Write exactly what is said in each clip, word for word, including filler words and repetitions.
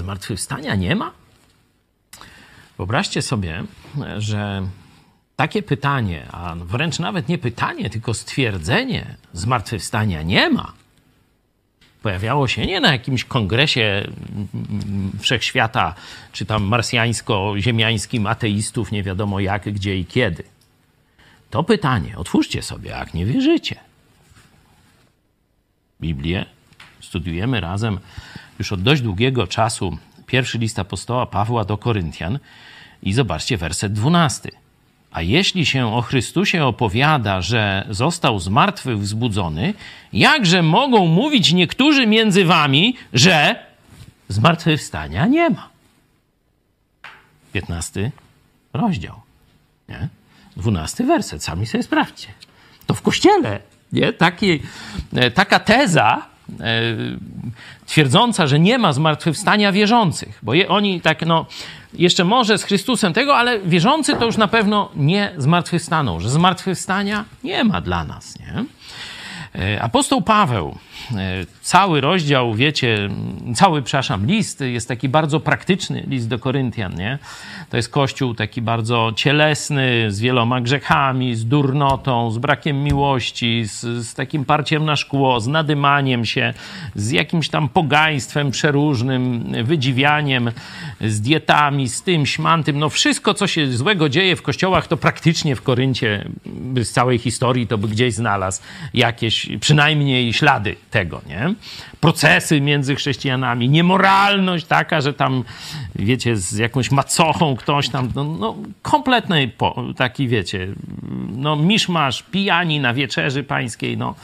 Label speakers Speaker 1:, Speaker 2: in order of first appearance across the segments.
Speaker 1: zmartwychwstania nie ma? Wyobraźcie sobie, że takie pytanie, a wręcz nawet nie pytanie, tylko stwierdzenie, zmartwychwstania nie ma, pojawiało się nie na jakimś kongresie wszechświata, czy tam marsjańsko-ziemiańskim ateistów, nie wiadomo jak, gdzie i kiedy. To pytanie, otwórzcie sobie, jak nie wierzycie. Biblię studiujemy razem już od dość długiego czasu. Pierwszy list apostoła Pawła do Koryntian i zobaczcie werset dwunasty. A jeśli się o Chrystusie opowiada, że został z martwych wzbudzony, jakże mogą mówić niektórzy między wami, że zmartwychwstania nie ma? piętnasty rozdział, nie? dwunasty werset, sami sobie sprawdźcie. To w Kościele, nie? Taki, taka teza e, twierdząca, że nie ma zmartwychwstania wierzących, bo je, oni tak, no, jeszcze może z Chrystusem tego, ale wierzący to już na pewno nie zmartwychwstaną, że zmartwychwstania nie ma dla nas, nie? Apostoł Paweł, cały rozdział, wiecie, cały, przepraszam, list jest taki bardzo praktyczny, list do Koryntian, nie? To jest kościół taki bardzo cielesny, z wieloma grzechami, z durnotą, z brakiem miłości, z, z takim parciem na szkło, z nadymaniem się, z jakimś tam pogaństwem przeróżnym, wydziwianiem, z dietami, z tym, śmantym. No wszystko, co się złego dzieje w kościołach, to praktycznie w Koryncie z całej historii to by gdzieś znalazł jakieś przynajmniej ślady tego, nie? Procesy między chrześcijanami, niemoralność taka, że tam, wiecie, z jakąś macochą ktoś tam, no, no kompletny po, taki, wiecie, no miszmasz, pijani na wieczerzy pańskiej, no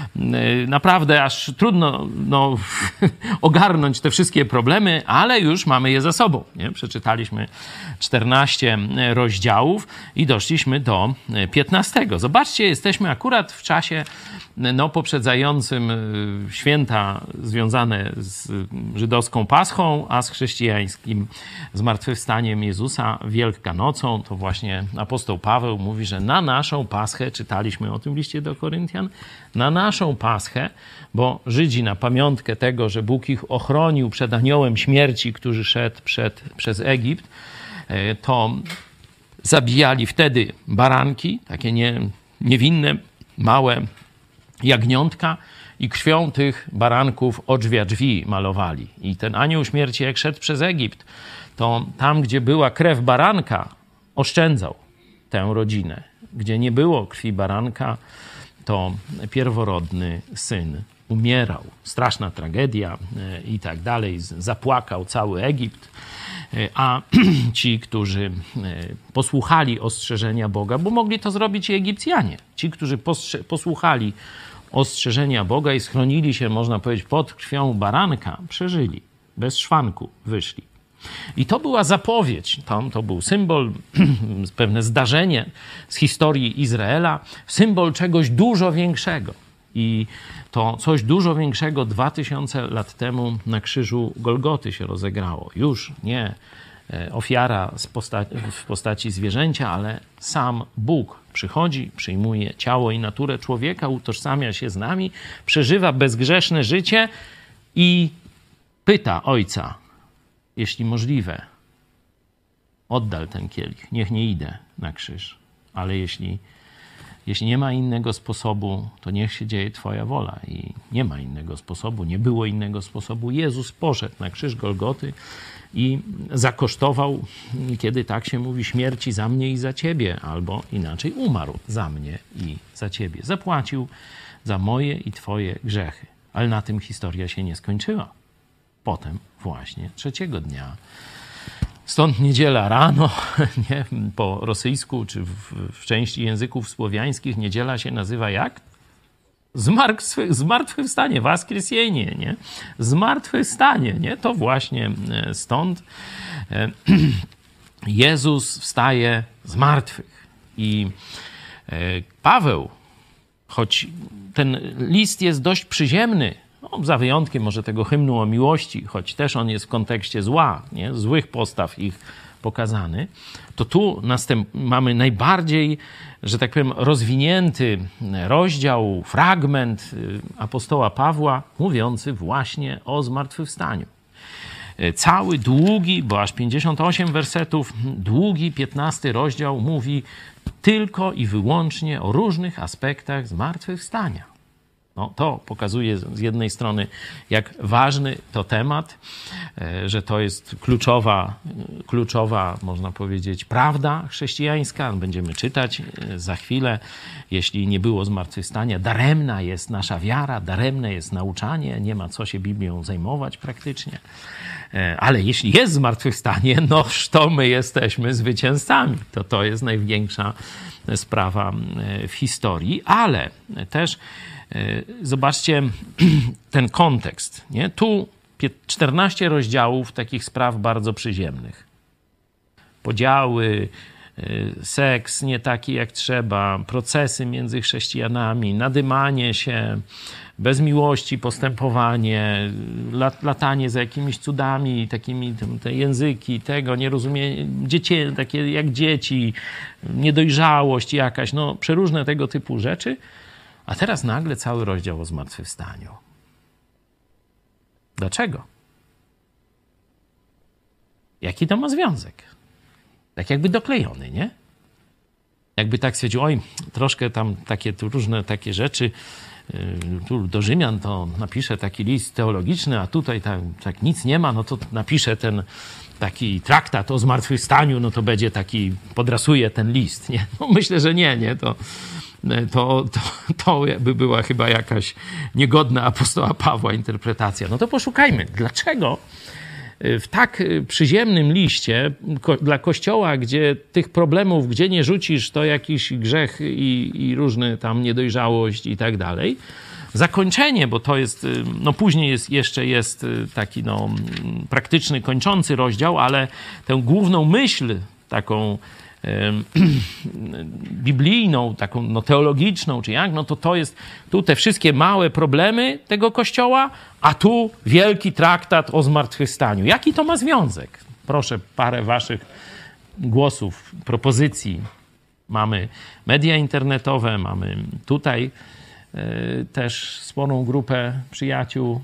Speaker 1: naprawdę aż trudno no, ogarnąć te wszystkie problemy, ale już mamy je za sobą, nie? Przeczytaliśmy czternaście rozdziałów i doszliśmy do piętnastego. Zobaczcie, jesteśmy akurat w czasie no, poprzedzającym święta związane z żydowską Paschą, a z chrześcijańskim zmartwychwstaniem Jezusa, Wielkanocą. To właśnie apostoł Paweł mówi, że na naszą Paschę, czytaliśmy o tym w liście do Koryntian, na naszą Paschę, bo Żydzi na pamiątkę tego, że Bóg ich ochronił przed aniołem śmierci, który szedł przed, przez Egipt, to zabijali wtedy baranki, takie nie, niewinne, małe jagniątka i krwią tych baranków odrzwia drzwi malowali. I ten anioł śmierci, jak szedł przez Egipt, to tam, gdzie była krew baranka, oszczędzał tę rodzinę. Gdzie nie było krwi baranka, to pierworodny syn umierał. Straszna tragedia i tak dalej. Zapłakał cały Egipt. A ci, którzy posłuchali ostrzeżenia Boga, bo mogli to zrobić i Egipcjanie. Ci, którzy posłuchali ostrzeżenia Boga i schronili się, można powiedzieć, pod krwią baranka, przeżyli. Bez szwanku wyszli. I to była zapowiedź, to, to był symbol, pewne zdarzenie z historii Izraela, symbol czegoś dużo większego. I to coś dużo większego dwa tysiące lat temu na krzyżu Golgoty się rozegrało. Już nie ofiara z postaci, w postaci zwierzęcia, ale sam Bóg przychodzi, przyjmuje ciało i naturę człowieka, utożsamia się z nami, przeżywa bezgrzeszne życie i pyta Ojca, jeśli możliwe, oddal ten kielich, niech nie idę na krzyż, ale jeśli, jeśli nie ma innego sposobu, to niech się dzieje Twoja wola. I nie ma innego sposobu, nie było innego sposobu. Jezus poszedł na krzyż Golgoty i zakosztował, kiedy tak się mówi, śmierci za mnie i za Ciebie, albo inaczej umarł za mnie i za Ciebie. Zapłacił za moje i Twoje grzechy. Ale na tym historia się nie skończyła. Potem właśnie trzeciego dnia. Stąd niedziela rano, nie, po rosyjsku czy w, w części języków słowiańskich niedziela się nazywa jak? Zmartwychwstanie, Воскресение, nie? Zmartwychwstanie, nie? To właśnie stąd Jezus wstaje z martwych. I Paweł, choć ten list jest dość przyziemny, no, za wyjątkiem może tego hymnu o miłości, choć też on jest w kontekście zła, nie? Złych postaw ich pokazany, to tu następ, mamy najbardziej, że tak powiem, rozwinięty rozdział, fragment apostoła Pawła mówiący właśnie o zmartwychwstaniu. cały długi, bo aż pięćdziesiąt osiem wersetów, długi piętnasty rozdział mówi tylko i wyłącznie o różnych aspektach zmartwychwstania. No, to pokazuje z jednej strony, jak ważny to temat, że to jest kluczowa, kluczowa, można powiedzieć, prawda chrześcijańska. Będziemy czytać za chwilę. Jeśli nie było zmartwychwstania, daremna jest nasza wiara, daremne jest nauczanie, nie ma co się Biblią zajmować praktycznie. Ale jeśli jest zmartwychwstanie, noż to my jesteśmy zwycięzcami. To to jest największa sprawa w historii, ale też zobaczcie ten kontekst. Nie? Tu czternaście rozdziałów takich spraw bardzo przyziemnych. Podziały, seks nie taki jak trzeba, procesy między chrześcijanami, nadymanie się, bez miłości postępowanie, lat, latanie za jakimiś cudami, takimi te języki, tego, nierozumienie, dziecię, takie jak dzieci, niedojrzałość jakaś, no przeróżne tego typu rzeczy. A teraz nagle cały rozdział o zmartwychwstaniu. Dlaczego? Jaki to ma związek? Tak jakby doklejony, nie? Jakby tak stwierdził, oj, troszkę tam takie tu różne takie rzeczy, tu do Rzymian to napiszę taki list teologiczny, a tutaj tak, tak nic nie ma, no to napiszę ten taki traktat o zmartwychwstaniu, no to będzie taki, podrasuje ten list, nie? No myślę, że nie, nie, to... To, to, to by była chyba jakaś niegodna apostoła Pawła interpretacja. No to poszukajmy, dlaczego w tak przyziemnym liście ko- dla Kościoła, gdzie tych problemów, gdzie nie rzucisz, to jakiś grzech i, i różne tam niedojrzałość i tak dalej. Zakończenie, bo to jest, no później jest, jeszcze jest taki no, praktyczny, kończący rozdział, ale tę główną myśl taką biblijną, taką no, teologiczną, czy jak, no to to jest tu te wszystkie małe problemy tego Kościoła, a tu wielki traktat o zmartwychwstaniu. Jaki to ma związek? Proszę, parę waszych głosów, propozycji. Mamy media internetowe, mamy tutaj y, też sporą grupę przyjaciół.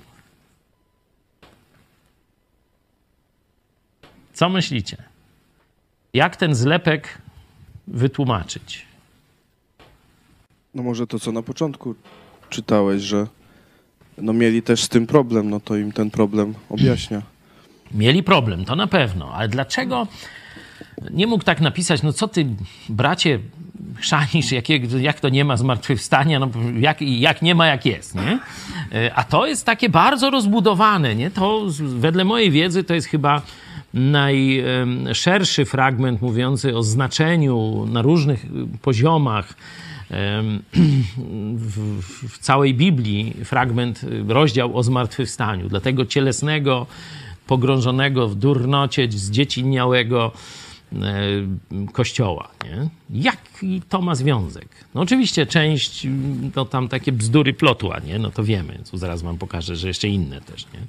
Speaker 1: Co myślicie? Jak ten zlepek wytłumaczyć?
Speaker 2: No może to, co na początku czytałeś, że no mieli też z tym problem, no to im ten problem objaśnia.
Speaker 1: Mieli problem, to na pewno. Ale dlaczego nie mógł tak napisać, no co ty, bracie, chrzanisz, jak, jak to nie ma zmartwychwstania, no jak, jak nie ma, jak jest, nie? A to jest takie bardzo rozbudowane, nie? To wedle mojej wiedzy to jest chyba najszerszy fragment mówiący o znaczeniu na różnych poziomach w, w całej Biblii, fragment, rozdział o zmartwychwstaniu. Dla tego cielesnego, pogrążonego w durnocie, zdziecinniałego Kościoła. Nie? Jaki to ma związek? No oczywiście część, to tam takie bzdury plotła, nie? No to wiemy. Tu zaraz wam pokażę, że jeszcze inne też, nie?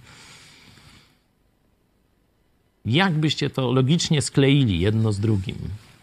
Speaker 1: Jak byście to logicznie skleili jedno z drugim?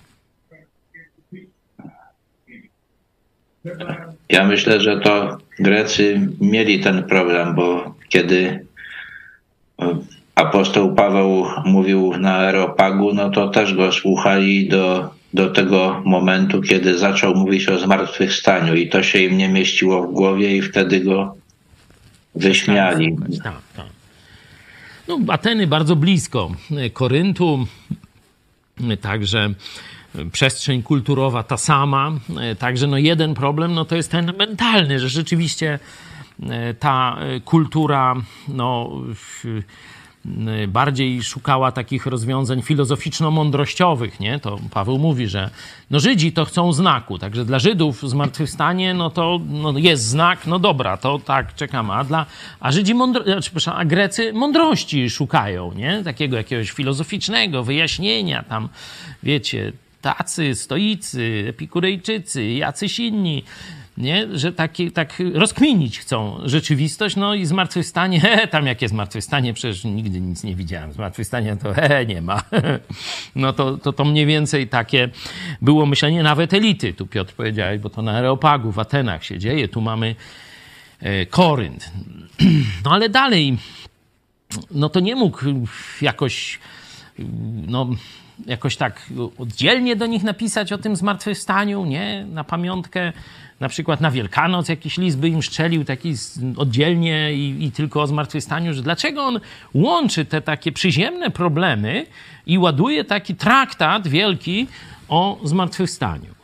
Speaker 3: Ja myślę, że to Grecy mieli ten problem, bo kiedy apostoł Paweł mówił na Areopagu, no to też go słuchali do, do tego momentu, kiedy zaczął mówić o zmartwychwstaniu i to się im nie mieściło w głowie i wtedy go wyśmiali.
Speaker 1: Tak, tak. No, Ateny bardzo blisko Koryntu, także przestrzeń kulturowa ta sama, także no jeden problem no to jest ten mentalny, że rzeczywiście ta kultura no, bardziej szukała takich rozwiązań filozoficzno-mądrościowych, nie? To Paweł mówi, że no Żydzi to chcą znaku, także dla Żydów zmartwychwstanie, no to no jest znak, no dobra, to tak, czekamy, a dla, a Żydzi, mądro, przepraszam, a Grecy mądrości szukają, nie? Takiego jakiegoś filozoficznego wyjaśnienia, tam, wiecie, tacy, stoicy, epikurejczycy, jacyś inni, nie? Że taki, tak rozkminić chcą rzeczywistość, no i zmartwychwstanie, he, tam jakie zmartwychwstanie, przecież nigdy nic nie widziałem, zmartwychwstania to he, nie ma. No to, to, to mniej więcej takie było myślenie nawet elity, tu Piotr powiedziałeś, bo to na Areopagu w Atenach się dzieje, tu mamy e, Korynt. No ale dalej no to nie mógł jakoś, no, jakoś tak oddzielnie do nich napisać o tym zmartwychwstaniu, nie? Na pamiątkę, na przykład na Wielkanoc jakiś list by im szczelił taki oddzielnie i, i tylko o zmartwychwstaniu. Że dlaczego on łączy te takie przyziemne problemy i ładuje taki traktat wielki o zmartwychwstaniu?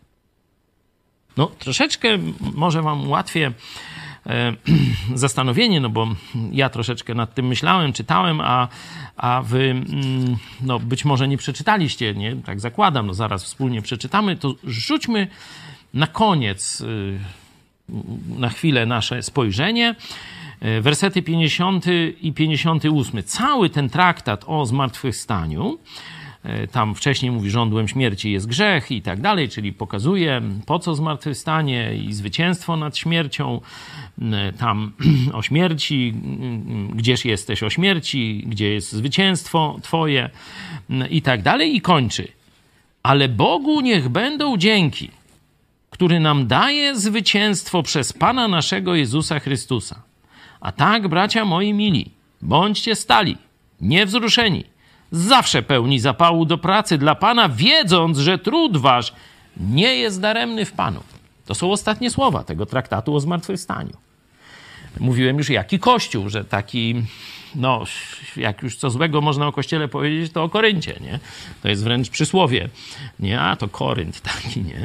Speaker 1: No troszeczkę może wam ułatwię e, zastanowienie, no bo ja troszeczkę nad tym myślałem, czytałem, a, a wy mm, no być może nie przeczytaliście, nie? Tak zakładam, no zaraz wspólnie przeczytamy, to rzućmy na koniec y, na chwilę nasze spojrzenie. Wersety pięćdziesiąty i pięćdziesiąty ósmy. Cały ten traktat o zmartwychwstaniu, tam wcześniej mówi, że żądłem śmierci jest grzech i tak dalej, czyli pokazuje, po co zmartwychwstanie i zwycięstwo nad śmiercią, tam o śmierci, gdzież jesteś o śmierci, gdzie jest zwycięstwo twoje i tak dalej, i kończy. Ale Bogu niech będą dzięki, który nam daje zwycięstwo przez Pana naszego Jezusa Chrystusa. A tak, bracia moi mili, bądźcie stali, niewzruszeni, zawsze pełni zapału do pracy dla Pana, wiedząc, że trud wasz nie jest daremny w Panu. To są ostatnie słowa tego traktatu o zmartwychwstaniu. Mówiłem już, jaki Kościół, że taki, no, jak już co złego można o Kościele powiedzieć, to o Koryncie, nie? To jest wręcz przysłowie, nie? A to Korynt taki, nie?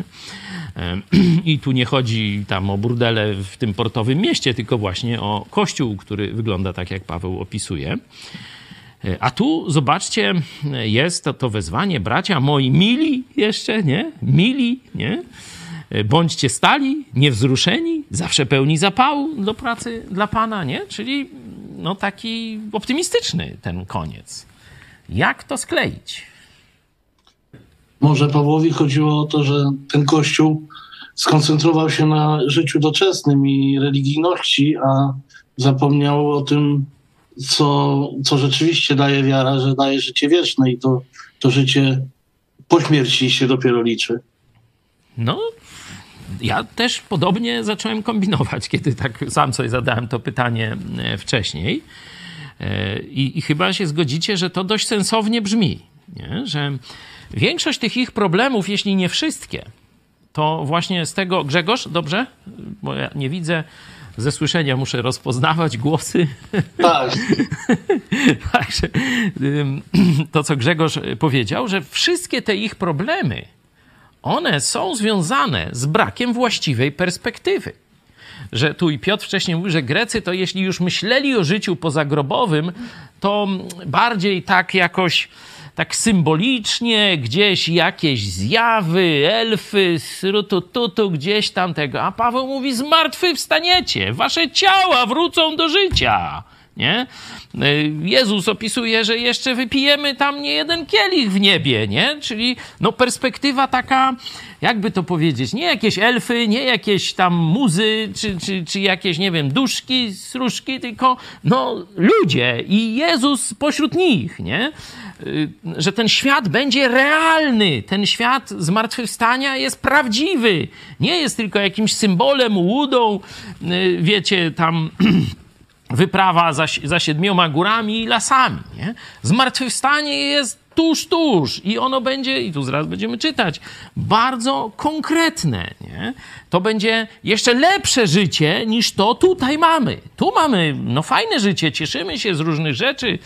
Speaker 1: I tu nie chodzi tam o burdele w tym portowym mieście, tylko właśnie o Kościół, który wygląda tak, jak Paweł opisuje. A tu, zobaczcie, jest to, to wezwanie, bracia moi mili jeszcze, nie? Mili, nie? Bądźcie stali, niewzruszeni, zawsze pełni zapału do pracy dla Pana, nie? Czyli no taki optymistyczny ten koniec. Jak to skleić?
Speaker 4: Może Pawłowi chodziło o to, że ten Kościół skoncentrował się na życiu doczesnym i religijności, a zapomniał o tym, co, co rzeczywiście daje wiara, że daje życie wieczne i to, to życie po śmierci się dopiero liczy.
Speaker 1: No, ja też podobnie zacząłem kombinować, kiedy tak sam sobie zadałem to pytanie wcześniej. I, i chyba się zgodzicie, że to dość sensownie brzmi, nie? Że większość tych ich problemów, jeśli nie wszystkie, to właśnie z tego... Grzegorz, dobrze? Bo ja nie widzę, ze słyszenia muszę rozpoznawać głosy.
Speaker 4: Tak.
Speaker 1: Także to, co Grzegorz powiedział, że wszystkie te ich problemy, one są związane z brakiem właściwej perspektywy. Że tu i Piotr wcześniej mówił, że Grecy to jeśli już myśleli o życiu pozagrobowym, to bardziej tak jakoś tak symbolicznie, gdzieś jakieś zjawy, elfy, srutututu, gdzieś tam tego. A Paweł mówi, zmartwychwstaniecie, wasze ciała wrócą do życia. Nie? Jezus opisuje, że jeszcze wypijemy tam nie jeden kielich w niebie, nie? Czyli no perspektywa taka, jakby to powiedzieć, nie jakieś elfy, nie jakieś tam muzy, czy, czy, czy jakieś, nie wiem, duszki, sruszki, tylko no ludzie i Jezus pośród nich, nie? Że ten świat będzie realny, ten świat zmartwychwstania jest prawdziwy, nie jest tylko jakimś symbolem, łudą, wiecie, tam... wyprawa za, za siedmioma górami i lasami, nie? Zmartwychwstanie jest tuż, tuż i ono będzie, i tu zaraz będziemy czytać, bardzo konkretne, nie? To będzie jeszcze lepsze życie niż to tutaj mamy. Tu mamy, no fajne życie, cieszymy się z różnych rzeczy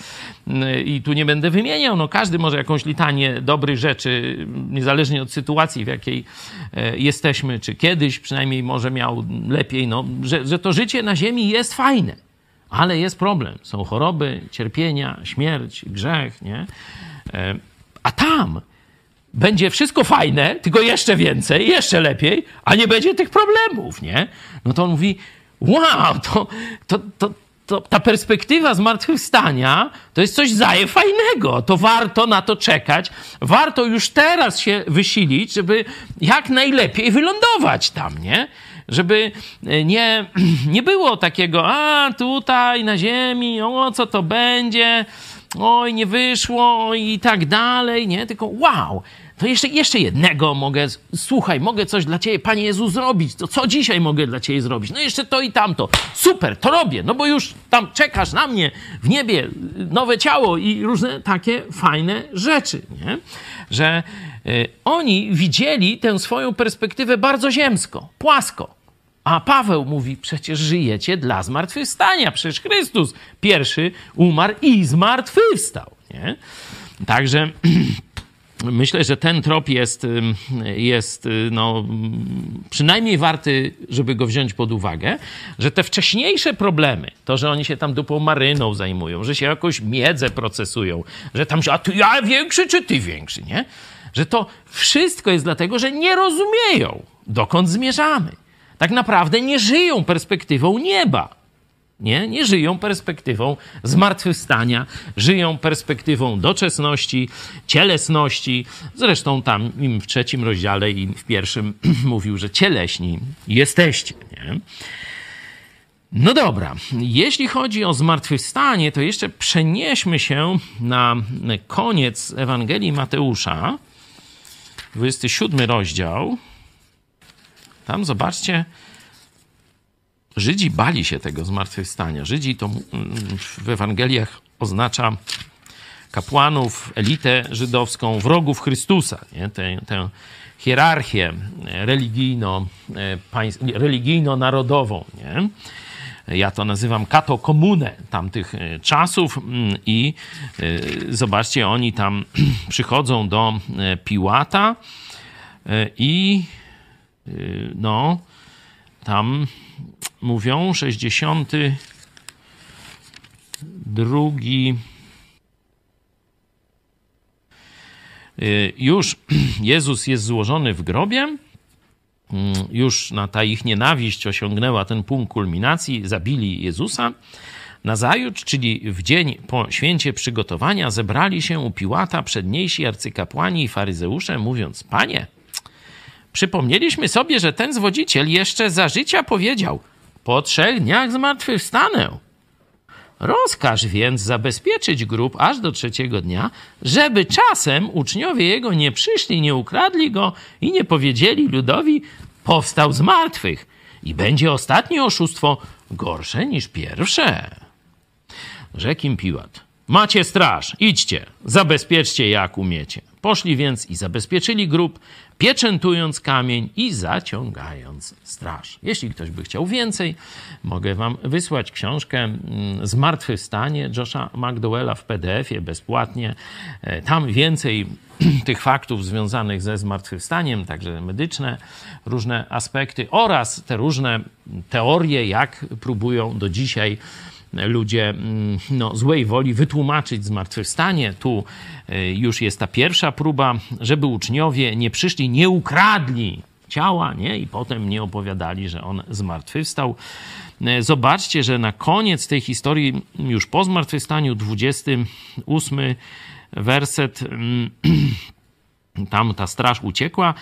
Speaker 1: i tu nie będę wymieniał, no każdy może jakąś litanię dobrych rzeczy, niezależnie od sytuacji, w jakiej jesteśmy, czy kiedyś przynajmniej może miał lepiej, no, że, że to życie na ziemi jest fajne. Ale jest problem. Są choroby, cierpienia, śmierć, grzech, nie? A tam będzie wszystko fajne, tylko jeszcze więcej, jeszcze lepiej, a nie będzie tych problemów, nie? No to on mówi, wow, to, to, to, to ta perspektywa zmartwychwstania to jest coś zaje fajnego. To warto na to czekać. Warto już teraz się wysilić, żeby jak najlepiej wylądować tam, nie? Żeby nie, nie było takiego, a tutaj na ziemi, o co to będzie, oj nie wyszło i tak dalej, nie? Tylko wow, to jeszcze, jeszcze jednego mogę, słuchaj, mogę coś dla ciebie, Panie Jezu, zrobić. To co dzisiaj mogę dla ciebie zrobić? No jeszcze to i tamto. Super, to robię, no bo już tam czekasz na mnie w niebie, nowe ciało i różne takie fajne rzeczy, nie? Że y, oni widzieli tę swoją perspektywę bardzo ziemsko, płasko. A Paweł mówi, przecież żyjecie dla zmartwychwstania. Przecież Chrystus pierwszy umarł i zmartwychwstał, nie? Także myślę, że ten trop jest, jest no, przynajmniej warty, żeby go wziąć pod uwagę, że te wcześniejsze problemy, to, że oni się tam dupą maryną zajmują, że się jakoś miedzę procesują, że tam się, a ty ja większy, czy ty większy, nie? Że to wszystko jest dlatego, że nie rozumieją, dokąd zmierzamy. Tak naprawdę nie żyją perspektywą nieba. Nie, nie żyją perspektywą zmartwychwstania, żyją perspektywą doczesności, cielesności. Zresztą tam im w trzecim rozdziale i w pierwszym mówił, że cieleśni jesteście. Nie? No dobra, jeśli chodzi o zmartwychwstanie, to jeszcze przenieśmy się na koniec Ewangelii Mateusza, dwudziesty siódmy rozdział. Tam zobaczcie, Żydzi bali się tego zmartwychwstania. Żydzi to w Ewangeliach oznacza kapłanów, elitę żydowską, wrogów Chrystusa, nie? Tę, tę hierarchię religijno, religijno-narodową. Nie? Ja to nazywam katokomunę tamtych czasów i zobaczcie, oni tam przychodzą do Piłata i no tam mówią, sześćdziesiąty drugi już Jezus jest złożony w grobie, już na ta ich nienawiść osiągnęła ten punkt kulminacji, zabili Jezusa. Nazajutrz, czyli w dzień po święcie przygotowania, zebrali się u Piłata przedniejsi arcykapłani i faryzeusze, mówiąc: Panie, przypomnieliśmy sobie, że ten zwodziciel jeszcze za życia powiedział: po trzech dniach zmartwychwstanę. Rozkaż więc zabezpieczyć grób aż do trzeciego dnia, żeby czasem uczniowie jego nie przyszli, nie ukradli go i nie powiedzieli ludowi: powstał z martwych. I będzie ostatnie oszustwo gorsze niż pierwsze. Rzekł im Piłat: macie straż, idźcie, zabezpieczcie jak umiecie. Poszli więc i zabezpieczyli grób, pieczętując kamień i zaciągając straż. Jeśli ktoś by chciał więcej, mogę wam wysłać książkę Zmartwychwstanie Josha McDowella w P D F-ie bezpłatnie. Tam więcej tych faktów związanych ze zmartwychwstaniem, także medyczne, różne aspekty oraz te różne teorie, jak próbują do dzisiaj ludzie no, złej woli wytłumaczyć zmartwychwstanie. Tu już jest ta pierwsza próba, żeby uczniowie nie przyszli, nie ukradli ciała, nie? I potem nie opowiadali, że on zmartwychwstał. Zobaczcie, że na koniec tej historii, już po zmartwychwstaniu, dwudziesty ósmy werset, tam ta straż uciekła.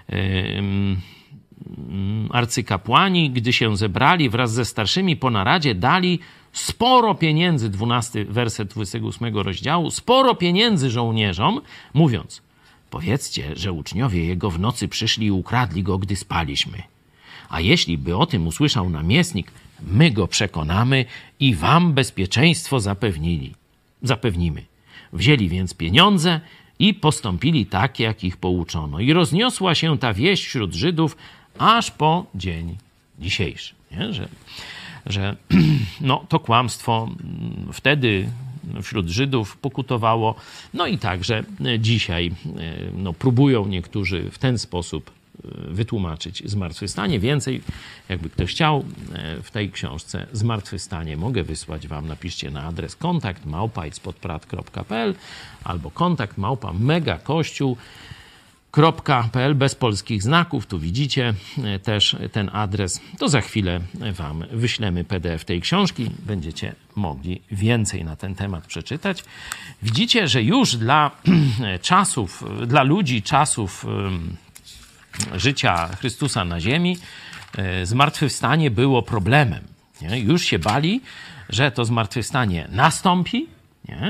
Speaker 1: Arcykapłani, gdy się zebrali wraz ze starszymi po naradzie, dali sporo pieniędzy, dwunasty werset dwudziestego ósmego rozdziału, sporo pieniędzy żołnierzom, mówiąc: powiedzcie, że uczniowie jego w nocy przyszli i ukradli go, gdy spaliśmy. A jeśli by o tym usłyszał namiestnik, my go przekonamy i wam bezpieczeństwo zapewnili, zapewnimy. Wzięli więc pieniądze i postąpili tak, jak ich pouczono. I rozniosła się ta wieść wśród Żydów aż po dzień dzisiejszy. Nie? Że, że no, to kłamstwo wtedy wśród Żydów pokutowało. No i także dzisiaj no, próbują niektórzy w ten sposób wytłumaczyć zmartwychwstanie. Więcej, jakby ktoś chciał, w tej książce Zmartwychwstanie mogę wysłać wam. Napiszcie na adres kontakt małpa icpodprat kropka p l albo kontakt małpa megakościół kropka p l bez polskich znaków. Tu widzicie też ten adres. To za chwilę wam wyślemy P D F tej książki. Będziecie mogli więcej na ten temat przeczytać. Widzicie, że już dla czasów, dla ludzi czasów życia Chrystusa na ziemi, zmartwychwstanie było problemem. Nie? Już się bali, że to zmartwychwstanie nastąpi, nie?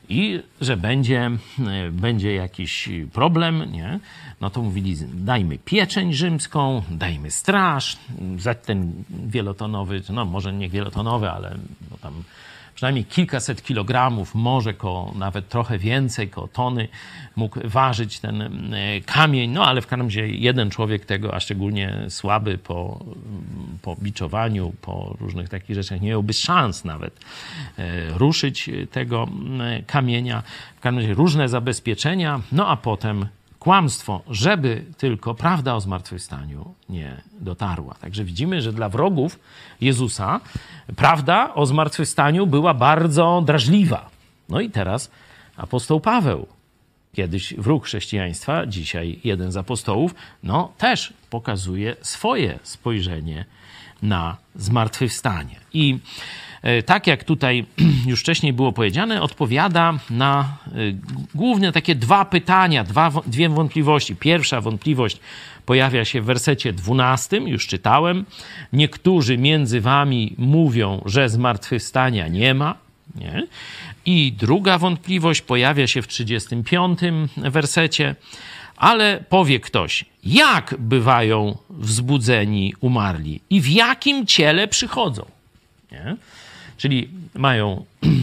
Speaker 1: i że będzie, będzie jakiś problem, nie? No to mówili, dajmy pieczeń rzymską, dajmy straż, za ten wielotonowy, no może nie wielotonowy, ale no tam przynajmniej kilkaset kilogramów, może ko, nawet trochę więcej, ko tony mógł ważyć ten kamień, no ale w każdym razie jeden człowiek tego, a szczególnie słaby po, po biczowaniu, po różnych takich rzeczach, nie miałby szans nawet ruszyć tego kamienia. W każdym razie różne zabezpieczenia, no a potem kłamstwo, żeby tylko prawda o zmartwychwstaniu nie dotarła. Także widzimy, że dla wrogów Jezusa prawda o zmartwychwstaniu była bardzo drażliwa. No i teraz apostoł Paweł, kiedyś wróg chrześcijaństwa, dzisiaj jeden z apostołów, no też pokazuje swoje spojrzenie na zmartwychwstanie. I tak jak tutaj już wcześniej było powiedziane, odpowiada na głównie takie dwa pytania, dwa, dwie wątpliwości. Pierwsza wątpliwość pojawia się w wersecie dwunastym, już czytałem. Niektórzy między wami mówią, że zmartwychwstania nie ma. Nie? I druga wątpliwość pojawia się w trzydziestym piątym wersecie. Ale powie ktoś, jak bywają wzbudzeni umarli i w jakim ciele przychodzą? Nie? Czyli mają,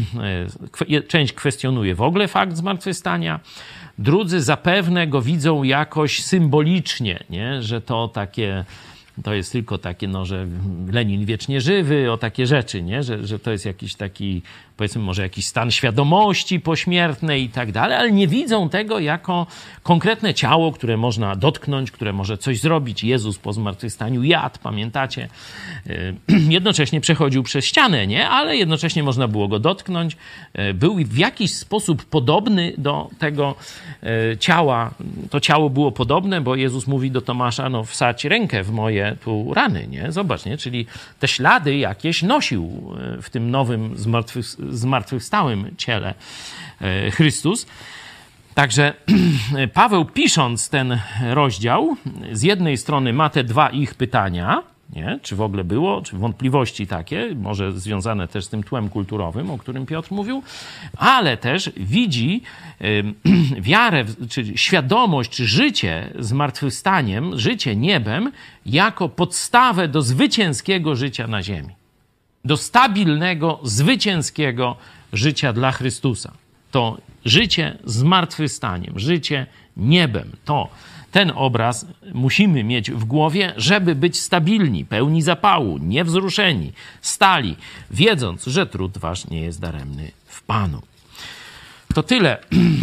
Speaker 1: część kwestionuje w ogóle fakt zmartwychwstania, drudzy zapewne go widzą jakoś symbolicznie, nie? Że to takie, to jest tylko takie, no, że Lenin wiecznie żywy, o takie rzeczy, nie? Że, że to jest jakiś taki, powiedzmy, może jakiś stan świadomości pośmiertnej i tak dalej, ale nie widzą tego jako konkretne ciało, które można dotknąć, które może coś zrobić. Jezus po zmartwychwstaniu jadł, pamiętacie? Jednocześnie przechodził przez ścianę, nie? Ale jednocześnie można było go dotknąć. Był w jakiś sposób podobny do tego ciała. To ciało było podobne, bo Jezus mówi do Tomasza, no wsadź rękę w moje tu rany, nie? Zobacz, nie? Czyli te ślady jakieś nosił w tym nowym zmartwychwstaniu zmartwychwstałym ciele Chrystus. Także Paweł, pisząc ten rozdział, z jednej strony ma te dwa ich pytania, nie? Czy w ogóle było, czy wątpliwości takie, może związane też z tym tłem kulturowym, o którym Piotr mówił, ale też widzi wiarę, czy świadomość, czy życie zmartwychwstaniem, życie niebem, jako podstawę do zwycięskiego życia na ziemi. Do stabilnego, zwycięskiego życia dla Chrystusa. To życie zmartwychwstaniem, życie niebem. To ten obraz musimy mieć w głowie, żeby być stabilni, pełni zapału, niewzruszeni, stali, wiedząc, że trud wasz nie jest daremny w Panu. To tyle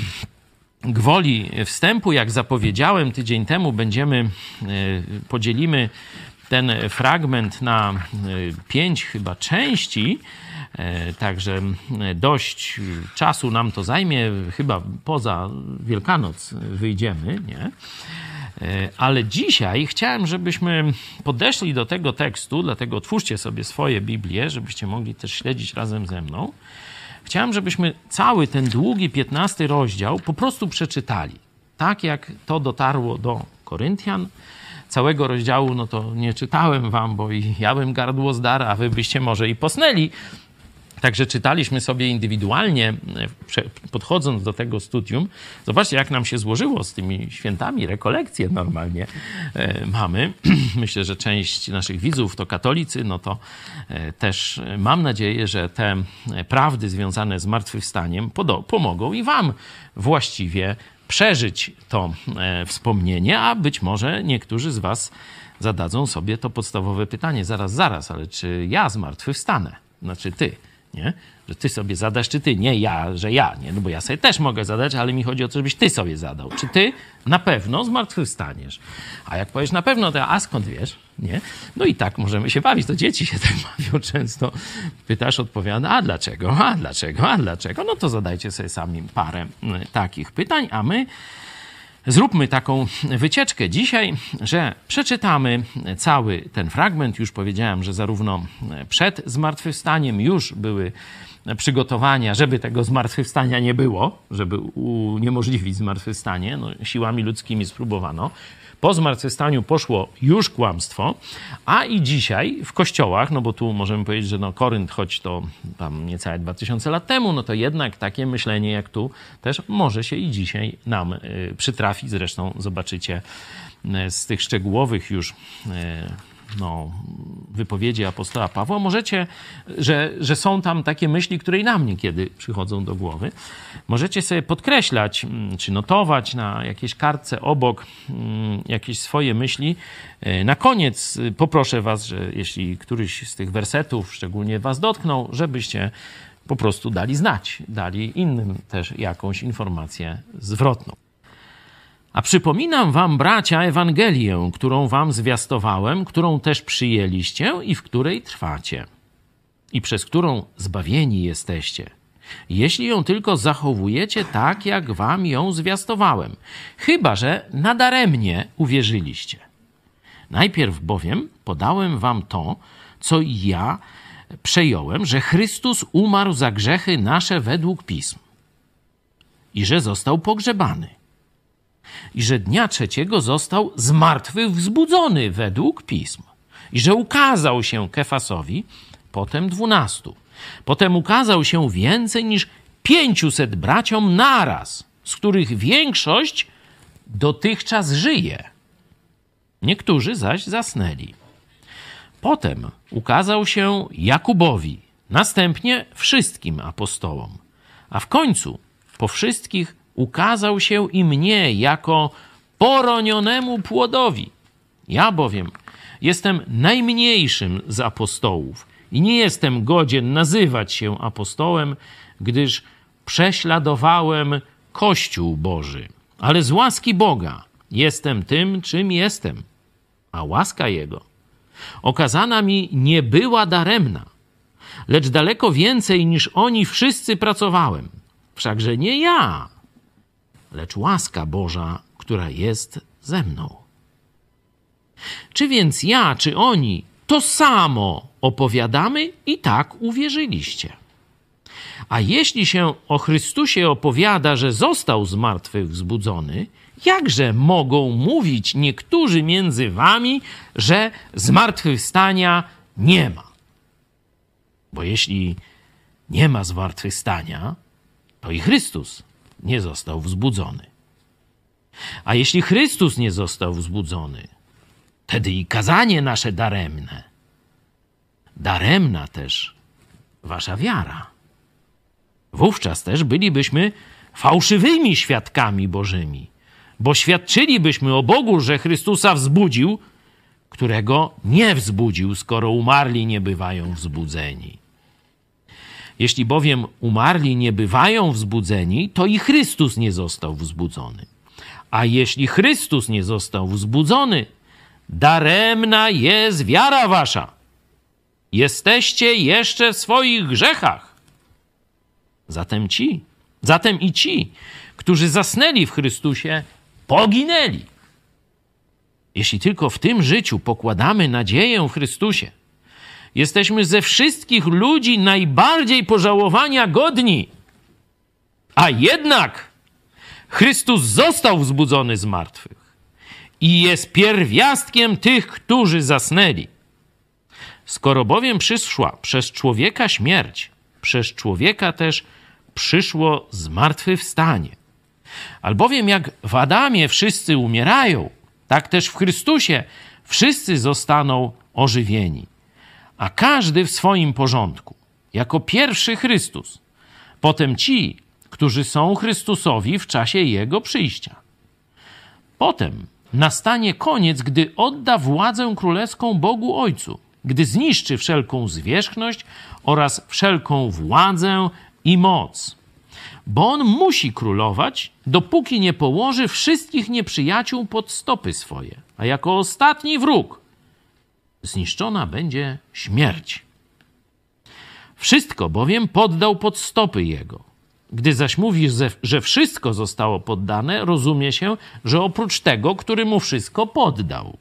Speaker 1: gwoli wstępu. Jak zapowiedziałem tydzień temu, będziemy, podzielimy ten fragment na pięć chyba części, także dość czasu nam to zajmie, chyba poza Wielkanoc wyjdziemy, nie? Ale dzisiaj chciałem, żebyśmy podeszli do tego tekstu, dlatego otwórzcie sobie swoje Biblię, żebyście mogli też śledzić razem ze mną. Chciałem, żebyśmy cały ten długi piętnasty rozdział po prostu przeczytali, tak jak to dotarło do Koryntian. Całego rozdziału, no to nie czytałem wam, bo i ja bym gardło zdarł, a wy byście może i posnęli. Także czytaliśmy sobie indywidualnie, podchodząc do tego studium. Zobaczcie, jak nam się złożyło z tymi świętami, rekolekcje normalnie mamy. Myślę, że część naszych widzów to katolicy, no to też mam nadzieję, że te prawdy związane z zmartwychwstaniem pomogą i wam właściwie przeżyć to wspomnienie, a być może niektórzy z was zadadzą sobie to podstawowe pytanie. Zaraz, zaraz, ale czy ja zmartwychwstanę? Znaczy ty. Nie? Że ty sobie zadasz, czy ty, nie ja, że ja, nie? No bo ja sobie też mogę zadać, ale mi chodzi o to, żebyś ty sobie zadał. Czy ty na pewno zmartwychwstaniesz? A jak powiesz na pewno, to a skąd wiesz? Nie? No i tak możemy się bawić, to dzieci się tak bawią często. Pytasz, odpowiada, a dlaczego, a dlaczego, a dlaczego? No to zadajcie sobie sami parę takich pytań, a my zróbmy taką wycieczkę dzisiaj, że przeczytamy cały ten fragment. Już powiedziałem, że zarówno przed zmartwychwstaniem już były przygotowania, żeby tego zmartwychwstania nie było, żeby uniemożliwić zmartwychwstanie. No, siłami ludzkimi spróbowano. Po zmartwychwstaniu poszło już kłamstwo, a i dzisiaj w kościołach, no bo tu możemy powiedzieć, że no Korynt, choć to tam niecałe dwa tysiące lat temu, no to jednak takie myślenie jak tu też może się i dzisiaj nam y, przytrafi. Zresztą zobaczycie y, z tych szczegółowych już y, no, wypowiedzi apostoła Pawła, możecie, że, że są tam takie myśli, które i nam niekiedy przychodzą do głowy. Możecie sobie podkreślać, czy notować na jakiejś kartce obok jakieś swoje myśli. Na koniec poproszę was, że jeśli któryś z tych wersetów szczególnie was dotknął, żebyście po prostu dali znać, dali innym też jakąś informację zwrotną. A przypominam wam, bracia, Ewangelię, którą wam zwiastowałem, którą też przyjęliście i w której trwacie, i przez którą zbawieni jesteście, jeśli ją tylko zachowujecie tak, jak wam ją zwiastowałem, chyba że nadaremnie uwierzyliście. Najpierw bowiem podałem wam to, co i ja przejąłem, że Chrystus umarł za grzechy nasze według Pism i że został pogrzebany, i że dnia trzeciego został z martwych wzbudzony według Pism, i że ukazał się Kefasowi, potem dwunastu. Potem ukazał się więcej niż pięciuset braciom naraz, z których większość dotychczas żyje. Niektórzy zaś zasnęli. Potem ukazał się Jakubowi, następnie wszystkim apostołom, a w końcu po wszystkich ukazał się i mnie jako poronionemu płodowi. Ja bowiem jestem najmniejszym z apostołów i nie jestem godzien nazywać się apostołem, gdyż prześladowałem Kościół Boży. Ale z łaski Boga jestem tym, czym jestem, a łaska Jego okazana mi nie była daremna, lecz daleko więcej niż oni wszyscy pracowałem. Wszakże nie ja, lecz łaska Boża, która jest ze mną. Czy więc ja, czy oni to samo opowiadamy i tak uwierzyliście? A jeśli się o Chrystusie opowiada, że został z martwych wzbudzony, jakże mogą mówić niektórzy między wami, że zmartwychwstania nie ma? Bo jeśli nie ma zmartwychwstania, to i Chrystus nie został wzbudzony. A jeśli Chrystus nie został wzbudzony, wtedy i kazanie nasze daremne. Daremna też wasza wiara. Wówczas też bylibyśmy fałszywymi świadkami Bożymi, bo świadczylibyśmy o Bogu, że Chrystusa wzbudził, którego nie wzbudził, skoro umarli nie bywają wzbudzeni. Jeśli bowiem umarli nie bywają wzbudzeni, to i Chrystus nie został wzbudzony. A jeśli Chrystus nie został wzbudzony, daremna jest wiara wasza. Jesteście jeszcze w swoich grzechach. Zatem ci, zatem i ci, którzy zasnęli w Chrystusie, poginęli. Jeśli tylko w tym życiu pokładamy nadzieję w Chrystusie, jesteśmy ze wszystkich ludzi najbardziej pożałowania godni. A jednak Chrystus został wzbudzony z martwych i jest pierwiastkiem tych, którzy zasnęli. Skoro bowiem przyszła przez człowieka śmierć, przez człowieka też przyszło zmartwychwstanie. Albowiem jak w Adamie wszyscy umierają, tak też w Chrystusie wszyscy zostaną ożywieni. A każdy w swoim porządku. Jako pierwszy Chrystus, potem ci, którzy są Chrystusowi w czasie Jego przyjścia. Potem nastanie koniec, gdy odda władzę królewską Bogu Ojcu, gdy zniszczy wszelką zwierzchność oraz wszelką władzę i moc. Bo On musi królować, dopóki nie położy wszystkich nieprzyjaciół pod stopy swoje. A jako ostatni wróg zniszczona będzie śmierć. Wszystko bowiem poddał pod stopy Jego. Gdy zaś mówisz, że wszystko zostało poddane, rozumie się, że oprócz tego, który mu wszystko poddał.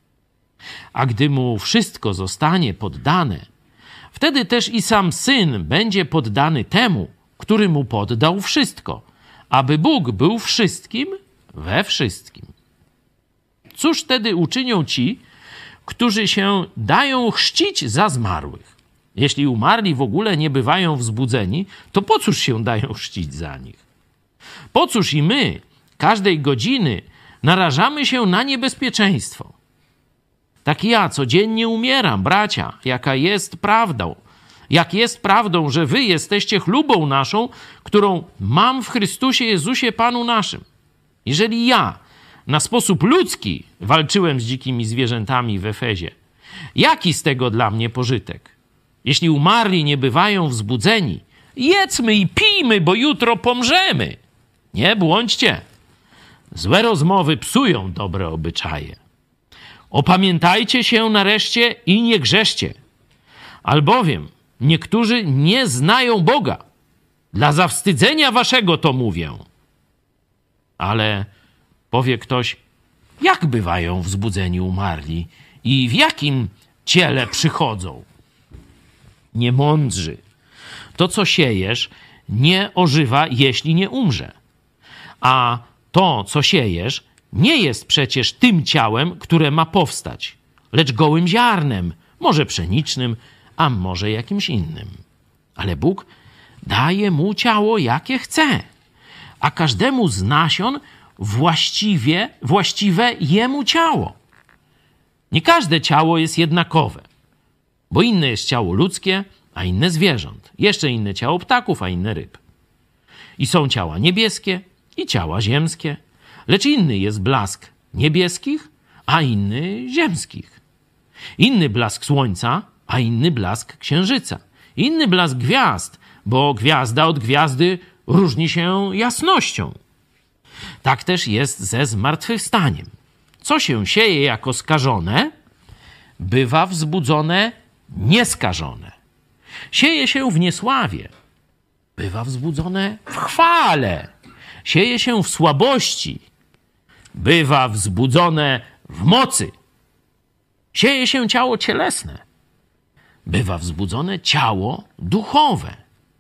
Speaker 1: A gdy mu wszystko zostanie poddane, wtedy też i sam Syn będzie poddany temu, który mu poddał wszystko, aby Bóg był wszystkim we wszystkim. cóż wtedy uczynią ci, którzy się dają chrzcić za zmarłych? Jeśli umarli w ogóle nie bywają wzbudzeni, to po cóż się dają chrzcić za nich? Po cóż i my każdej godziny narażamy się na niebezpieczeństwo? Tak ja codziennie umieram, bracia, jaka jest prawdą. Jak jest prawdą, że wy jesteście chlubą naszą, którą mam w Chrystusie Jezusie Panu naszym. Jeżeli ja na sposób ludzki walczyłem z dzikimi zwierzętami w Efezie, jaki z tego dla mnie pożytek? Jeśli umarli nie bywają wzbudzeni, jedzmy i pijmy, bo jutro pomrzemy. Nie błądźcie. Złe rozmowy psują dobre obyczaje. Opamiętajcie się nareszcie i nie grzeszcie, albowiem niektórzy nie znają Boga. Dla zawstydzenia waszego to mówię. Ale powie ktoś, jak bywają wzbudzeni umarli i w jakim ciele przychodzą? Niemądrzy. To, co siejesz, nie ożywa, jeśli nie umrze. A to, co siejesz, nie jest przecież tym ciałem, które ma powstać, lecz gołym ziarnem, może pszenicznym, a może jakimś innym. Ale Bóg daje mu ciało, jakie chce, a każdemu z nasion właściwie, właściwe jemu ciało. Nie każde ciało jest jednakowe, bo inne jest ciało ludzkie, a inne zwierząt. Jeszcze inne ciało ptaków, a inne ryb. I są ciała niebieskie i ciała ziemskie, lecz inny jest blask niebieskich, a inny ziemskich. Inny blask słońca, a inny blask księżyca. Inny blask gwiazd, bo gwiazda od gwiazdy różni się jasnością. Tak też jest ze zmartwychwstaniem. Co się sieje jako skażone, bywa wzbudzone nieskażone. Sieje się w niesławie, bywa wzbudzone w chwale. Sieje się w słabości, bywa wzbudzone w mocy. Sieje się ciało cielesne, bywa wzbudzone ciało duchowe.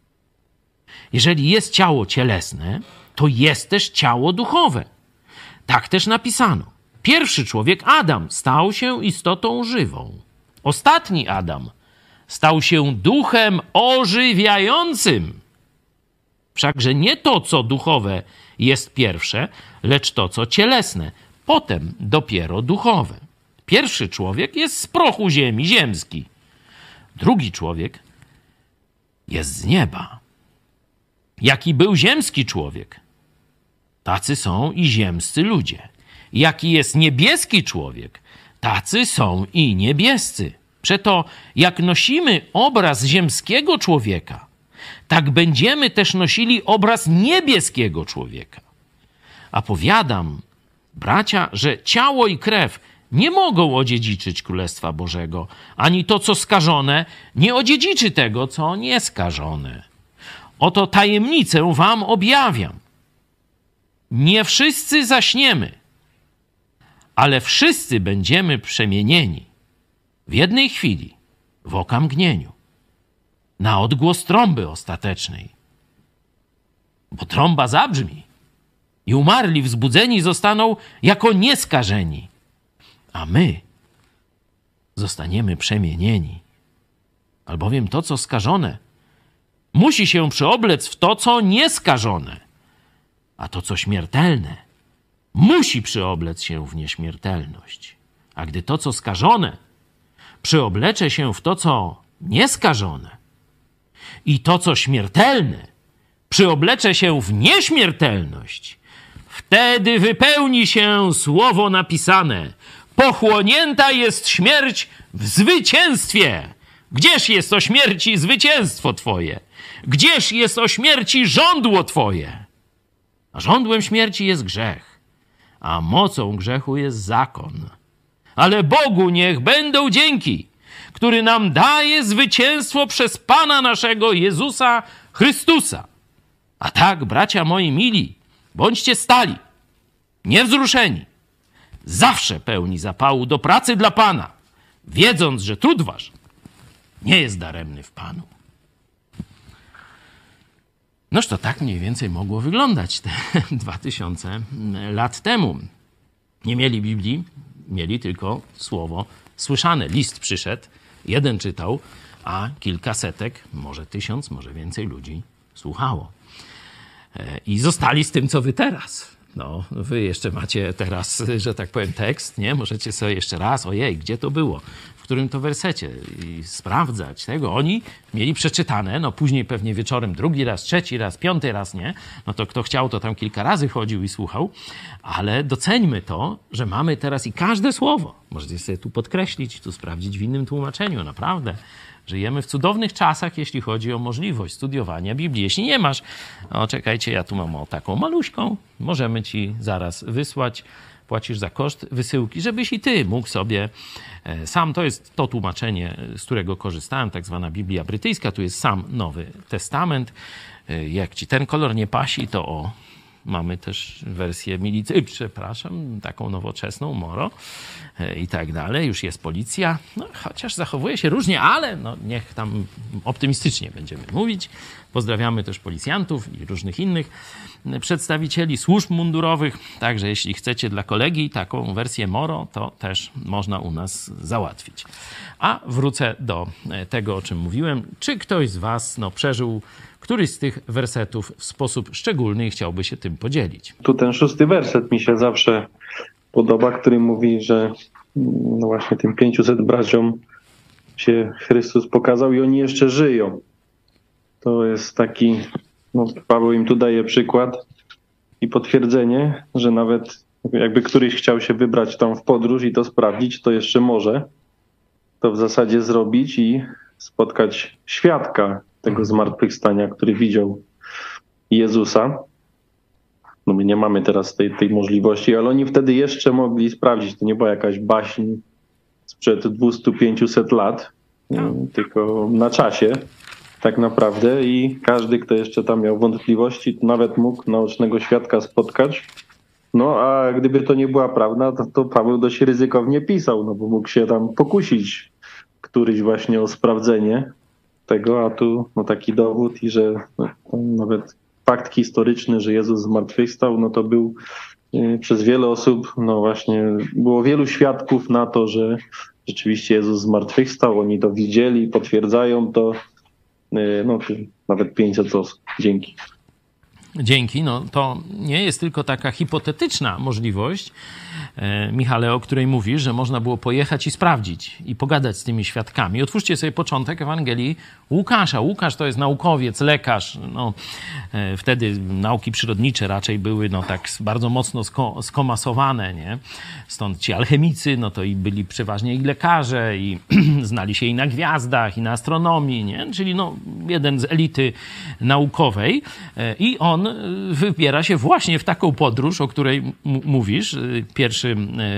Speaker 1: Jeżeli jest ciało cielesne, to jest też ciało duchowe. Tak też napisano. Pierwszy człowiek, Adam, stał się istotą żywą. Ostatni Adam stał się duchem ożywiającym. Wszakże nie to, co duchowe jest pierwsze, lecz to, co cielesne. Potem dopiero duchowe. Pierwszy człowiek jest z prochu ziemi, ziemski. Drugi człowiek jest z nieba. Jaki był ziemski człowiek, tacy są i ziemscy ludzie. Jaki jest niebieski człowiek, tacy są i niebiescy. Przeto jak nosimy obraz ziemskiego człowieka, tak będziemy też nosili obraz niebieskiego człowieka. A powiadam, bracia, że ciało i krew nie mogą odziedziczyć Królestwa Bożego, ani to, co skażone, nie odziedziczy tego, co nieskażone. Oto tajemnicę wam objawiam. Nie wszyscy zaśniemy, ale wszyscy będziemy przemienieni w jednej chwili, w okamgnieniu, na odgłos trąby ostatecznej. Bo trąba zabrzmi i umarli wzbudzeni zostaną jako nieskażeni, a my zostaniemy przemienieni. Albowiem to, co skażone, musi się przyoblec w to, co nieskażone, a to, co śmiertelne, musi przyoblec się w nieśmiertelność. A gdy to, co skażone, przyoblecze się w to, co nieskażone i to, co śmiertelne, przyoblecze się w nieśmiertelność, wtedy wypełni się słowo napisane: pochłonięta jest śmierć w zwycięstwie. Gdzież jest o śmierci zwycięstwo Twoje? Gdzież jest o śmierci żądło Twoje? A żądłem śmierci jest grzech, a mocą grzechu jest zakon. Ale Bogu niech będą dzięki, który nam daje zwycięstwo przez Pana naszego Jezusa Chrystusa. A tak, bracia moi mili, bądźcie stali, niewzruszeni, zawsze pełni zapału do pracy dla Pana, wiedząc, że trud wasz nie jest daremny w Panu. Noż to tak mniej więcej mogło wyglądać te dwa tysiące lat temu. Nie mieli Biblii, mieli tylko słowo słyszane. List przyszedł, jeden czytał, a kilkasetek, może tysiąc, może więcej ludzi słuchało. I zostali z tym, co wy teraz. No, wy jeszcze macie teraz, że tak powiem, tekst, nie? Możecie sobie jeszcze raz, ojej, gdzie to było? W którym to wersecie? I sprawdzać tego. Oni mieli przeczytane, no później pewnie wieczorem drugi raz, trzeci raz, piąty raz, nie? No to kto chciał, to tam kilka razy chodził i słuchał. Ale doceńmy to, że mamy teraz i każde słowo. Możecie sobie tu podkreślić, tu sprawdzić w innym tłumaczeniu, naprawdę. Żyjemy w cudownych czasach, jeśli chodzi o możliwość studiowania Biblii. Jeśli nie masz, no czekajcie, ja tu mam o taką maluśką, możemy ci zaraz wysłać, płacisz za koszt wysyłki, żebyś i ty mógł sobie sam, to jest to tłumaczenie, z którego korzystałem, tak zwana Biblia brytyjska, tu jest sam Nowy Testament. Jak ci ten kolor nie pasi, to o... Mamy też wersję milicji, przepraszam, taką nowoczesną, Moro i tak dalej. Już jest policja, no, chociaż zachowuje się różnie, ale no, niech tam optymistycznie będziemy mówić. Pozdrawiamy też policjantów i różnych innych przedstawicieli służb mundurowych. Także jeśli chcecie dla kolegi taką wersję Moro, to też można u nas załatwić. A wrócę do tego, o czym mówiłem. Czy ktoś z was no, przeżył któryś z tych wersetów w sposób szczególny i chciałby się tym podzielić?
Speaker 5: Tu ten szósty werset mi się zawsze podoba, który mówi, że no właśnie tym pięciuset braciom się Chrystus pokazał i oni jeszcze żyją. To jest taki, no Paweł im tu daje przykład i potwierdzenie, że nawet jakby któryś chciał się wybrać tam w podróż i to sprawdzić, to jeszcze może to w zasadzie zrobić i spotkać świadka tego zmartwychwstania, który widział Jezusa. No my nie mamy teraz tej, tej możliwości, ale oni wtedy jeszcze mogli sprawdzić. To nie była jakaś baśń sprzed dwieście pięćset lat, no. tylko na czasie tak naprawdę i każdy, kto jeszcze tam miał wątpliwości, to nawet mógł naocznego świadka spotkać. No a gdyby to nie była prawda, to, to Paweł dość ryzykownie pisał, no bo mógł się tam pokusić któryś właśnie o sprawdzenie tego, a tu no, taki dowód i że no, nawet fakt historyczny, że Jezus zmartwychwstał, no to był y, przez wiele osób, no właśnie było wielu świadków na to, że rzeczywiście Jezus zmartwychwstał, oni to widzieli, potwierdzają to, y, no nawet pięćset osób. Dzięki.
Speaker 1: Dzięki. No to nie jest tylko taka hipotetyczna możliwość, e, Michale, o której mówisz, że można było pojechać i sprawdzić i pogadać z tymi świadkami. Otwórzcie sobie początek Ewangelii Łukasza. Łukasz to jest naukowiec, lekarz. No, e, wtedy nauki przyrodnicze raczej były no, tak bardzo mocno sko- skomasowane, nie? Stąd ci alchemicy, no to i byli przeważnie i lekarze, i znali się i na gwiazdach, i na astronomii, nie? Czyli no, jeden z elity naukowej. E, I on wybiera się właśnie w taką podróż, o której m- mówisz. Pierwszy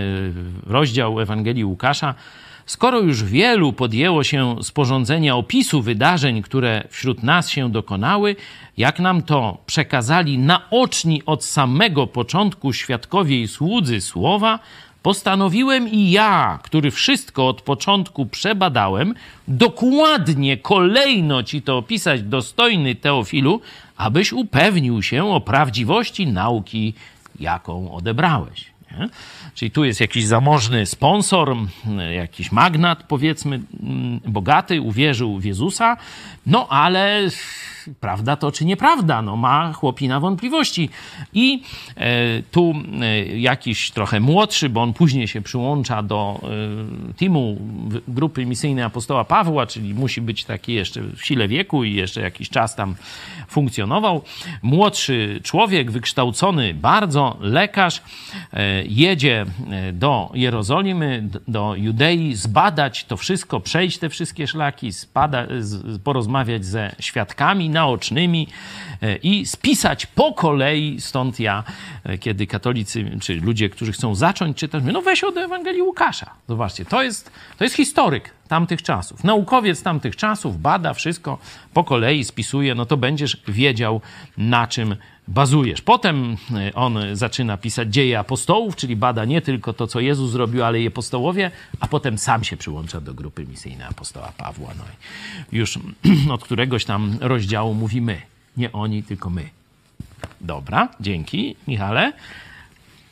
Speaker 1: e, rozdział Ewangelii Łukasza. Skoro już wielu podjęło się sporządzenia opisu wydarzeń, które wśród nas się dokonały, jak nam to przekazali naoczni od samego początku świadkowie i słudzy słowa, postanowiłem i ja, który wszystko od początku przebadałem, dokładnie, kolejno ci to opisać, dostojny Teofilu, abyś upewnił się o prawdziwości nauki, jaką odebrałeś. Nie? Czyli tu jest jakiś zamożny sponsor, jakiś magnat, powiedzmy, bogaty, uwierzył w Jezusa, no ale prawda to czy nieprawda, no ma chłopina wątpliwości. I e, tu e, jakiś trochę młodszy, bo on później się przyłącza do e, teamu grupy misyjnej apostoła Pawła, czyli musi być taki jeszcze w sile wieku i jeszcze jakiś czas tam funkcjonował. Młodszy człowiek, wykształcony bardzo, lekarz, e, jedzie do Jerozolimy, do Judei, zbadać to wszystko, przejść te wszystkie szlaki, zbada, z, porozmawiać ze świadkami naocznymi i spisać po kolei. Stąd ja, kiedy katolicy, czy ludzie, którzy chcą zacząć czytać, mówię, no weź od Ewangelii Łukasza. Zobaczcie, to jest, to jest historyk tamtych czasów. Naukowiec tamtych czasów bada wszystko po kolei, spisuje, no to będziesz wiedział, na czym bazujesz. Potem on zaczyna pisać dzieje apostołów, czyli bada nie tylko to, co Jezus zrobił, ale i apostołowie, a potem sam się przyłącza do grupy misyjnej apostoła Pawła. No i już od któregoś tam rozdziału mówi my. Nie oni, tylko my. Dobra, dzięki, Michale.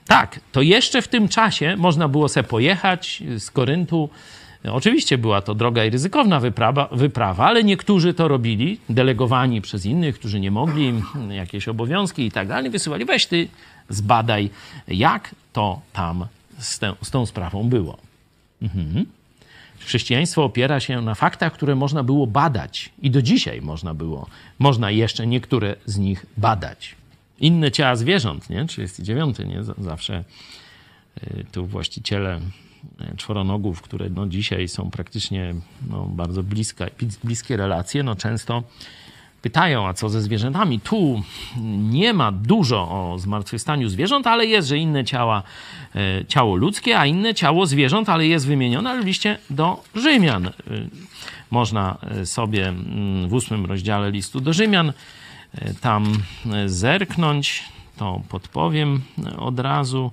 Speaker 1: Tak, to jeszcze w tym czasie można było sobie pojechać z Koryntu. Oczywiście była to droga i ryzykowna wyprawa, wyprawa, ale niektórzy to robili, delegowani przez innych, którzy nie mogli, jakieś obowiązki i tak dalej, wysyłali, weź ty zbadaj, jak to tam z, te, z tą sprawą było. Mhm. Chrześcijaństwo opiera się na faktach, które można było badać i do dzisiaj można było, można jeszcze niektóre z nich badać. Inne ciała zwierząt, nie? trzydziesty dziewiąty, nie? Zawsze y, tu właściciele czworonogów, które no dzisiaj są praktycznie no, bardzo bliska, bliskie relacje, no często pytają, a co ze zwierzętami? Tu nie ma dużo o zmartwychwstaniu zwierząt, ale jest, że inne ciała, e, ciało ludzkie, a inne ciało zwierząt, ale jest wymienione w liście do Rzymian. E, można sobie w ósmym rozdziale listu do Rzymian e, tam zerknąć, to podpowiem od razu.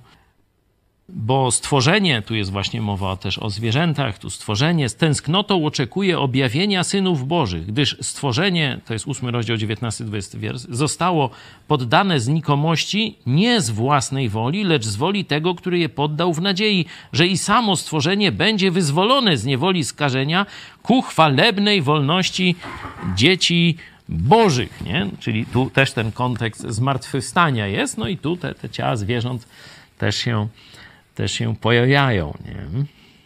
Speaker 1: Bo stworzenie, tu jest właśnie mowa też o zwierzętach, tu stworzenie z tęsknotą oczekuje objawienia synów bożych, gdyż stworzenie, to jest ósmy rozdział, dziewiętnasty dwudziesty wiersz, zostało poddane znikomości nie z własnej woli, lecz z woli tego, który je poddał w nadziei, że i samo stworzenie będzie wyzwolone z niewoli skażenia ku chwalebnej wolności dzieci bożych, nie? Czyli tu też ten kontekst zmartwychwstania jest, no i tu te, te ciała zwierząt też się też się pojawiają. Nie?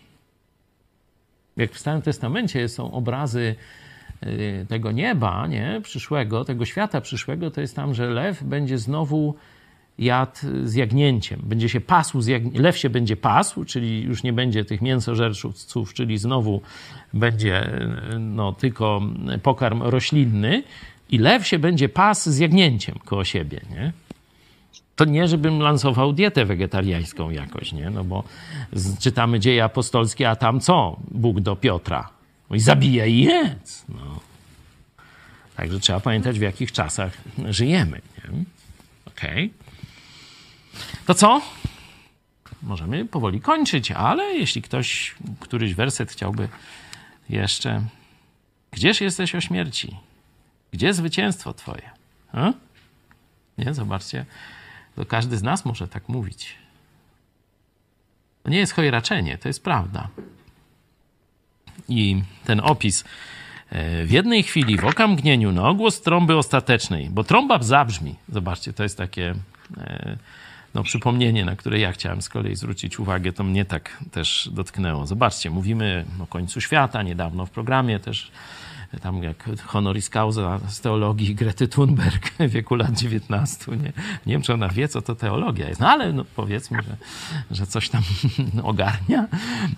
Speaker 1: Jak w Starym Testamencie są obrazy tego nieba, nie? Przyszłego, tego świata przyszłego, to jest tam, że lew będzie znowu jadł z jagnięciem. Będzie się pasł, z jagn... lew się będzie pasł, czyli już nie będzie tych mięsożerców, czyli znowu będzie no, tylko pokarm roślinny i lew się będzie pasł z jagnięciem koło siebie, nie? To nie, żebym lansował dietę wegetariańską jakoś, nie? No bo czytamy Dzieje apostolskie, a tam co? Bóg do Piotra. No i zabija i jedz. No. Także trzeba pamiętać, w jakich czasach żyjemy. Nie? Okej. To co? Możemy powoli kończyć, ale jeśli ktoś, któryś werset chciałby jeszcze... Gdzież jesteś o śmierci? Gdzie zwycięstwo twoje? A? Nie? Zobaczcie. To każdy z nas może tak mówić. To nie jest chojraczenie, to jest prawda. I ten opis w jednej chwili, w okamgnieniu, na ogłos trąby ostatecznej, bo trąba zabrzmi. Zobaczcie, to jest takie no, przypomnienie, na które ja chciałem z kolei zwrócić uwagę. To mnie tak też dotknęło. Zobaczcie, mówimy o końcu świata, niedawno w programie też tam jak honoris causa z teologii Grety Thunberg w wieku lat dziewiętnastu. Nie, nie wiem, czy ona wie, co to teologia jest, no ale no, powiedzmy, że, że coś tam ogarnia.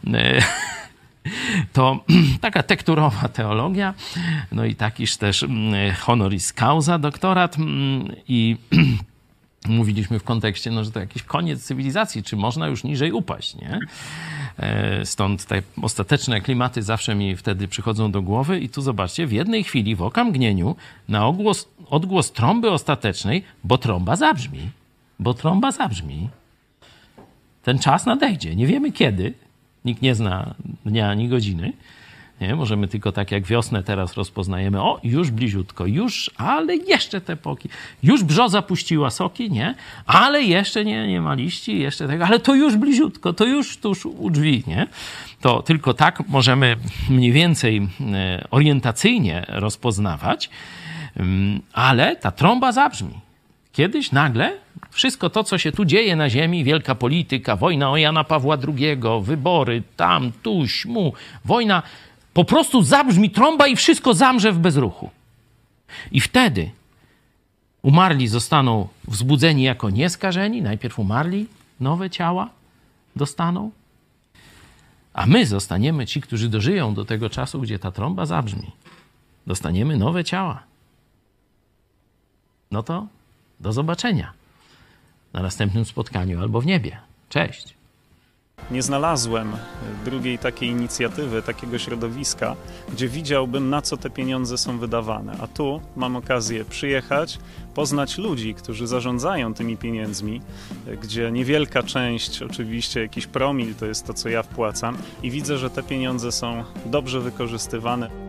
Speaker 1: To taka tekturowa teologia, no i takiż też honoris causa doktorat i mówiliśmy w kontekście, no, że to jakiś koniec cywilizacji, czy można już niżej upaść, nie? Stąd te ostateczne klimaty zawsze mi wtedy przychodzą do głowy i tu zobaczcie, w jednej chwili, w okamgnieniu, na ogłos, odgłos trąby ostatecznej, bo trąba zabrzmi, bo trąba zabrzmi. Ten czas nadejdzie, nie wiemy kiedy, nikt nie zna dnia ani godziny, nie? Możemy tylko tak jak wiosnę teraz rozpoznajemy, o, już bliziutko, już, ale jeszcze te poki, już brzoza puściła soki, nie? Ale jeszcze nie, nie ma liści, jeszcze tego, ale to już bliziutko, to już tuż u drzwi, nie? To tylko tak możemy mniej więcej orientacyjnie rozpoznawać, ale ta trąba zabrzmi. Kiedyś nagle wszystko to, co się tu dzieje na ziemi, wielka polityka, wojna o Jana Pawła drugiego, wybory, tam, tu, śmu, wojna, po prostu zabrzmi trąba i wszystko zamrze w bezruchu. I wtedy umarli zostaną wzbudzeni jako nieskażeni, najpierw umarli, nowe ciała dostaną, a my zostaniemy ci, którzy dożyją do tego czasu, gdzie ta trąba zabrzmi. Dostaniemy nowe ciała. No to do zobaczenia na następnym spotkaniu albo w niebie. Cześć.
Speaker 6: Nie znalazłem drugiej takiej inicjatywy, takiego środowiska, gdzie widziałbym, na co te pieniądze są wydawane. A tu mam okazję przyjechać, poznać ludzi, którzy zarządzają tymi pieniędzmi, gdzie niewielka część, oczywiście jakiś promil, to jest to, co ja wpłacam i widzę, że te pieniądze są dobrze wykorzystywane.